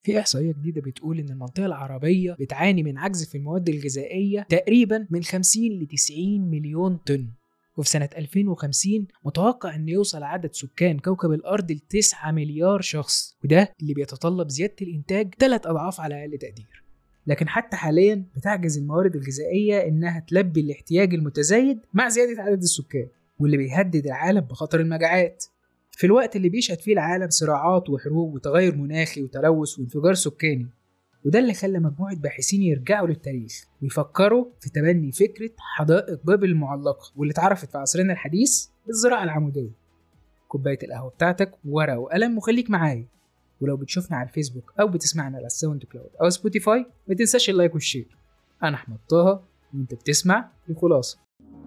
في إحصائية جديدة بتقول إن المنطقة العربية بتعاني من عجز في المواد الغذائية تقريبا من 50 ل 90 مليون طن، وفي سنة 2050 متوقع إن يوصل عدد سكان كوكب الأرض ل 9 مليار شخص، وده اللي بيتطلب زيادة الإنتاج 3 أضعاف على أقل تقدير. لكن حتى حاليا بتعجز الموارد الغذائية إنها تلبي الاحتياج المتزايد مع زيادة عدد السكان، واللي بيهدد العالم بخطر المجاعات في الوقت اللي بيشهد فيه العالم صراعات وحروب وتغير مناخي وتلوث وانفجار سكاني. وده اللي خلى مجموعة باحثين يرجعوا للتاريخ ويفكروا في تبني فكرة حدائق بابل المعلقة، واللي اتعرفت في عصرنا الحديث بالزراعة العمودية. كوباية القهوة بتاعتك وورقة وقلم وخليك معايا. ولو بتشوفنا على الفيسبوك أو بتسمعنا على الساوند كلاود أو سبوتيفاي، ما تنساش اللايك والشير. أنا أحمد طه وأنت بتسمع الخلاصة.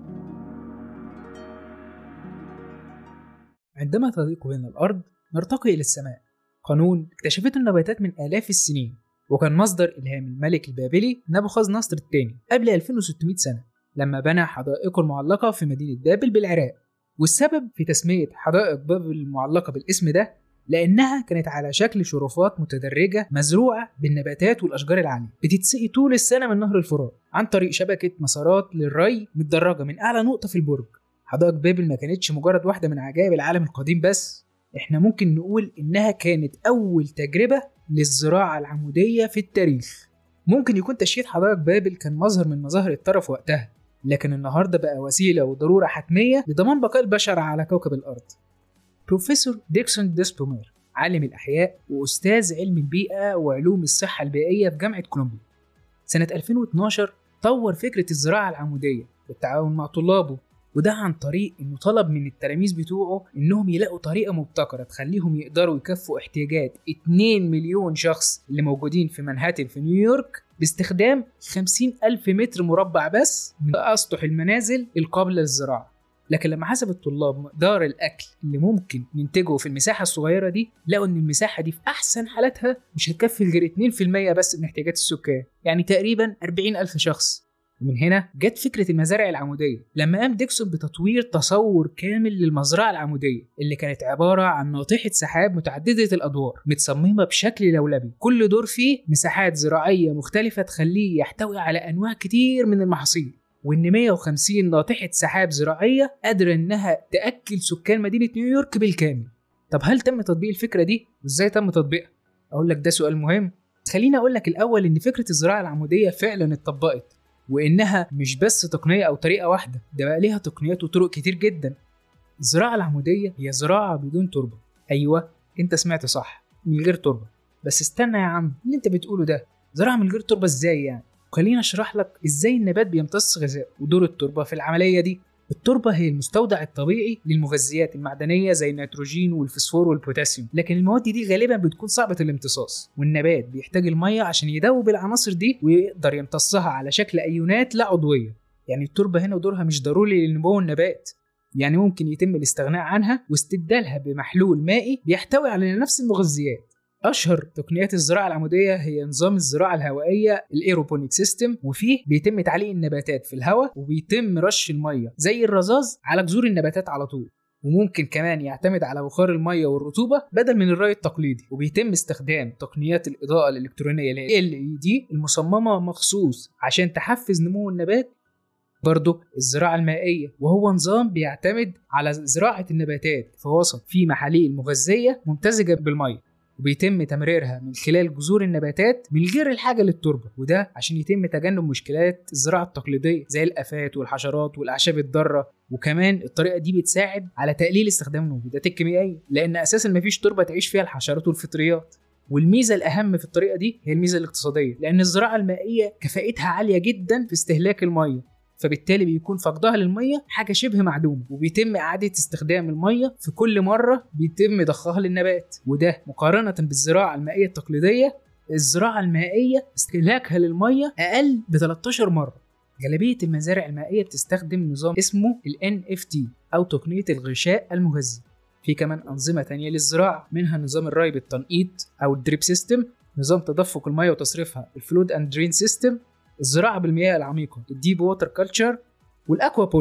عندما تضيق بنا الأرض نرتقي إلى السماء، قانون اكتشفته النباتات من آلاف السنين، وكان مصدر إلهام الملك البابلي نبوخذ نصر الثاني قبل 2600 سنة لما بنى حدائقه المعلقة في مدينة بابل بالعراق. والسبب في تسمية حدائق بابل المعلقة بالاسم ده لأنها كانت على شكل شرفات متدرجة مزروعة بالنباتات والأشجار العالية، بتتسقي طول السنة من نهر الفرات عن طريق شبكة مسارات للري متدرجة من أعلى نقطة في البرج. حدائق بابل ما كانتش مجرد واحدة من عجائب العالم القديم بس، احنا ممكن نقول إنها كانت أول تجربة للزراعة العمودية في التاريخ. ممكن يكون تشييد حدائق بابل كان مظهر من مظاهر الترف وقتها، لكن النهاردة بقى وسيلة وضرورة حتمية لضمان بقاء البشر على كوكب الأرض. بروفيسور ديكسون ديسبومير عالم الأحياء وأستاذ علم البيئة وعلوم الصحة البيئية في جامعة كولومبيا، سنة 2012 طور فكرة الزراعة العمودية بالتعاون مع طلابه، وده عن طريق انه طلب من التلاميذ بتوعه انهم يلاقوا طريقة مبتكرة تخليهم يقدروا يكفوا احتياجات 2 مليون شخص اللي موجودين في منهاتن في نيويورك باستخدام 50,000 متر مربع بس من أسطح المنازل القابلة للزراعة. لكن لما حسب الطلاب مقدار الأكل اللي ممكن ننتجه في المساحة الصغيرة دي، لقوا ان المساحة دي في أحسن حالاتها مش هتكفي غير 2% بس من احتياجات السكان، يعني تقريبا 40,000 شخص. ومن هنا جت فكرة المزارع العمودية لما قام ديكسون بتطوير تصور كامل للمزرعة العمودية اللي كانت عبارة عن ناطحة سحاب متعددة الأدوار متصممة بشكل لولبي، كل دور فيه مساحات زراعية مختلفة تخليه يحتوي على أنواع كتير من المحاصيل، وإن 150 ناطحة سحاب زراعية قادرة إنها تأكل سكان مدينة نيويورك بالكامل. طب هل تم تطبيق الفكرة دي؟ وإزاي تم تطبيقها؟ أقول لك ده سؤال مهم. خليني أقول لك الأول إن فكرة الزراعة العمودية فعلا اتطبقت، وإنها مش بس تقنية أو طريقة واحدة، ده بقى ليها تقنيات وطرق كتير جدا. الزراعة العمودية هي زراعة بدون تربة. أيوة أنت سمعت صح، من غير تربة. بس استنى يا عم، اللي أنت بتقوله ده زراعة من غير تربة إزاي يعني؟ خليني أشرح لك إزاي النبات بيمتص غذاء ودور التربة في العملية دي. التربة هي المستودع الطبيعي للمغذيات المعدنية زي النيتروجين والفسفور والبوتاسيوم، لكن المواد دي غالبا بتكون صعبة الامتصاص، والنبات بيحتاج المية عشان يدوب العناصر دي ويقدر يمتصها على شكل أيونات لا عضوية. يعني التربة هنا دورها مش ضروري لنمو النبات، يعني ممكن يتم الاستغناء عنها واستبدالها بمحلول مائي بيحتوي على نفس المغذيات. أشهر تقنيات الزراعة العمودية هي نظام الزراعة الهوائية الإيروبونيك سيستم، وفيه بيتم تعليق النباتات في الهواء وبيتم رش المية زي الرذاذ على جذور النباتات على طول، وممكن كمان يعتمد على بخار المية والرطوبة بدل من الري التقليدي. وبيتم استخدام تقنيات الإضاءة الإلكترونية اللي هي LED المصممة مخصوص عشان تحفز نمو النبات. برضو الزراعة المائية، وهو نظام بيعتمد على زراعة النباتات في وسط فيه محاليل مغذية ممتزجة بالمية، وبيتم تمريرها من خلال جذور النباتات من غير الحاجة للتربة، وده عشان يتم تجنب مشكلات الزراعة التقليدية زي الآفات والحشرات والأعشاب الضارة. وكمان الطريقة دي بتساعد على تقليل استخدام المبيدات الكيميائية، لأن أساسا مفيش تربة تعيش فيها الحشرات والفطريات. والميزة الأهم في الطريقة دي هي الميزة الاقتصادية، لأن الزراعة المائية كفاءتها عالية جدا في استهلاك المية، فبالتالي بيكون فقدها للمية حاجة شبه معدومة، وبيتم إعادة استخدام المية في كل مرة بيتم ضخها للنبات. وده مقارنة بالزراعة المائية التقليدية، الزراعة المائية استهلاكها للمية أقل ب 13 مرة. غالبية المزارع المائية بتستخدم نظام اسمه NFT أو تقنية الغشاء المغذي. في كمان أنظمة تانية للزراعة، منها نظام الري بالتنقيط أو الدريب سيستم، نظام تدفق المياه وتصريفها الفلود أند درين سيستم، الزراعة بالمياه العميقة الديب ووتر كلتشر، والأكوابونيك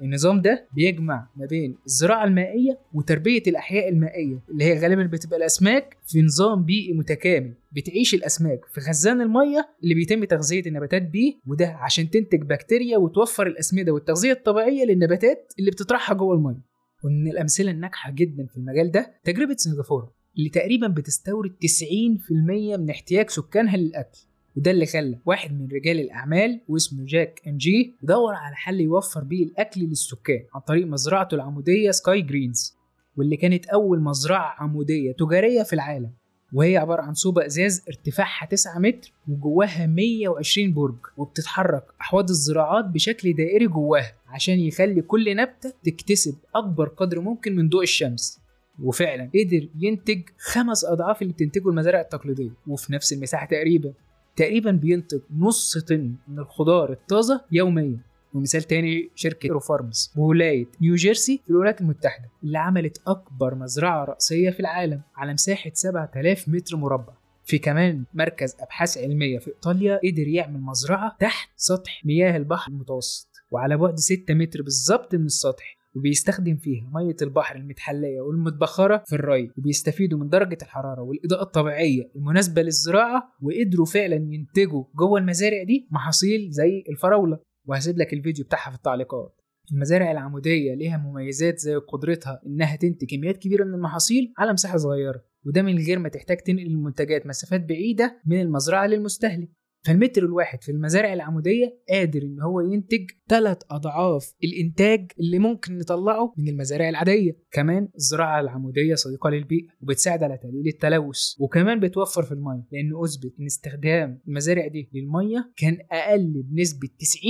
النظام ده بيجمع ما بين الزراعة المائية وتربية الأحياء المائية اللي هي غالبا بتبقى الأسماك في نظام بيئي متكامل. بتعيش الأسماك في خزان المية اللي بيتم تغذية النباتات بيه، وده عشان تنتج بكتيريا وتوفر الأسمدة والتغذية الطبيعية للنباتات اللي بتطرحها جوه المية. ومن الأمثلة الناجحة جدا في المجال ده تجربة سنغافورة اللي تقريبا بتستورد 90% من احتياج سكانها للأكل. وده اللي خلى واحد من رجال الأعمال واسمه جاك أنجي يدور على حل يوفر بيه الأكل للسكان عن طريق مزرعته العمودية سكاي جرينز، واللي كانت أول مزرعة عمودية تجارية في العالم. وهي عبارة عن صوبة إزاز ارتفاعها 9 متر وجواها 120 برج، وبتتحرك أحواض الزراعات بشكل دائري جواها عشان يخلي كل نبتة تكتسب أكبر قدر ممكن من ضوء الشمس. وفعلا قدر ينتج 5 أضعاف اللي بتنتجه المزارع التقليدية، وفي نفس المساحة تقريبا بينتج نص طن من الخضار الطازة يوميا. ومثال تاني شركة ايرو فارمز بولاية نيوجيرسي في الولايات المتحدة اللي عملت أكبر مزرعة رأسية في العالم على مساحة 7000 متر مربع. في كمان مركز أبحاث علمية في إيطاليا قدر يعمل مزرعة تحت سطح مياه البحر المتوسط وعلى بعد 6 متر بالظبط من السطح، وبيستخدم فيها مية البحر المتحلية والمتبخرة في الري، وبيستفيدوا من درجة الحرارة والإضاءة الطبيعية المناسبة للزراعة. وقدروا فعلا ينتجوا جوه المزارع دي محاصيل زي الفراولة، وهسيب لك الفيديو بتاعها في التعليقات. المزارع العمودية ليها مميزات زي قدرتها إنها تنتج كميات كبيرة من المحاصيل على مساحة صغيرة، وده من غير ما تحتاج تنقل المنتجات مسافات بعيدة من المزرعة للمستهلك. فالمتر الواحد في المزارع العمودية قادر إن هو ينتج 3 أضعاف الإنتاج اللي ممكن نطلعه من المزارع العادية. كمان الزراعة العمودية صديقة للبيئة وبتساعد على تقليل التلوث، وكمان بتوفر في المية، لأنه أثبت إن استخدام المزارع دي للمية كان أقل بنسبة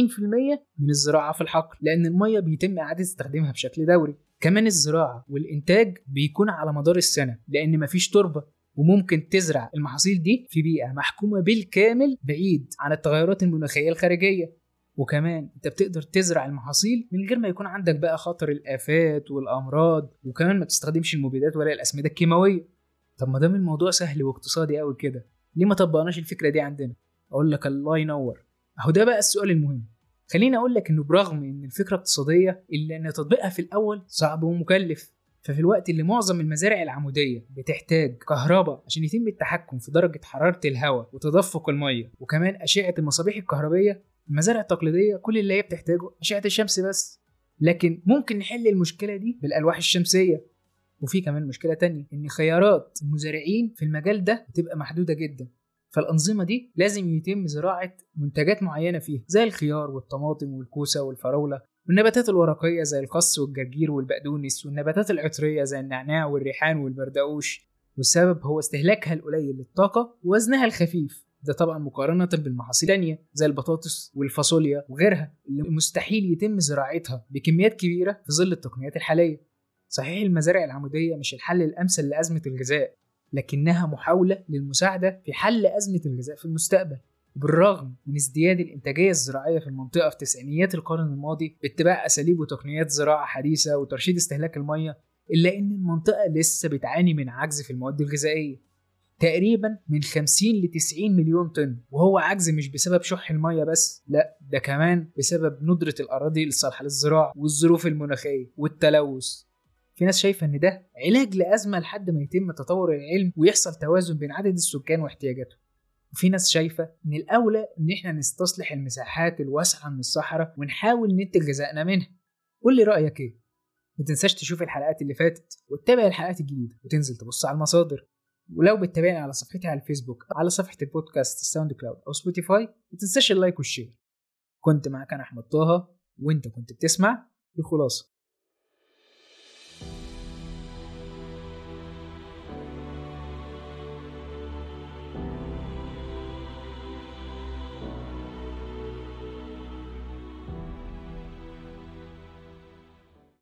90% من الزراعة في الحقل، لأن المية بيتم إعادة استخدامها بشكل دوري. كمان الزراعة والإنتاج بيكون على مدار السنة لأن مفيش تربة، وممكن تزرع المحاصيل دي في بيئة محكومة بالكامل بعيد عن التغيرات المناخية الخارجية. وكمان انت بتقدر تزرع المحاصيل من غير ما يكون عندك بقى خطر الآفات والأمراض، وكمان ما بتستخدمش المبيدات ولا الأسمدة الكيماوية. طب ما دام الموضوع سهل واقتصادي قوي كده، ليه ما طبقناش الفكرة دي عندنا؟ أقول لك الله ينور. أهو ده بقى السؤال المهم. خليني أقول لك إنه برغم إن الفكرة اقتصادية إلا إن تطبيقها في الأول صعب ومكلف. ففي الوقت اللي معظم المزارع العمودية بتحتاج كهرباء عشان يتم التحكم في درجة حرارة الهواء وتدفق المية وكمان أشعة المصابيح الكهربية، المزارع التقليدية كل اللي هي بتحتاجه أشعة الشمس بس. لكن ممكن نحل المشكلة دي بالألواح الشمسية. وفي كمان مشكلة تانية، إن خيارات المزارعين في المجال ده بتبقى محدودة جدا، فالأنظمة دي لازم يتم زراعة منتجات معينة فيها زي الخيار والطماطم والكوسة والفراولة، والنباتات الورقية زي الخس والجرجير والبقدونس، والنباتات العطرية زي النعناع والريحان والبردقوش. والسبب هو استهلاكها القليل للطاقة ووزنها الخفيف، ده طبعا مقارنة بالمحاصيل التانية زي البطاطس والفاصوليا وغيرها اللي مستحيل يتم زراعتها بكميات كبيرة في ظل التقنيات الحالية. صحيح المزارع العمودية مش الحل الأمثل لأزمة الغذاء، لكنها محاولة للمساعدة في حل أزمة الغذاء في المستقبل. بالرغم من ازدياد الإنتاجية الزراعية في المنطقة في تسعينيات القرن الماضي باتباع أساليب وتقنيات زراعة حديثة وترشيد استهلاك المياه، إلا إن المنطقة لسه بتعاني من عجز في المواد الغذائية تقريبا من 50 ل 90 مليون طن. وهو عجز مش بسبب شح المياه بس، لا ده كمان بسبب ندرة الأراضي الصالحة للزراعة والظروف المناخية والتلوث. في ناس شايفة إن ده علاج لأزمة لحد ما يتم تطور العلم ويحصل توازن بين عدد السكان واحتياجاتهم. وفي ناس شايفة إن الأولى إن إحنا نستصلح المساحات الواسعة من الصحراء ونحاول ننتج غذائنا منها. قول لي رأيك إيه؟ ما تنساش تشوف الحلقات اللي فاتت وتتابع الحلقات الجديدة وتنزل تبص على المصادر. ولو بتتابعني على صفحتي على الفيسبوك أو على صفحة البودكاست ساوند كلاود أو سبوتيفاي، ما تنساش اللايك والشير. كنت معك أنا أحمد طه، وإنت كنت بتسمع الخلاصة.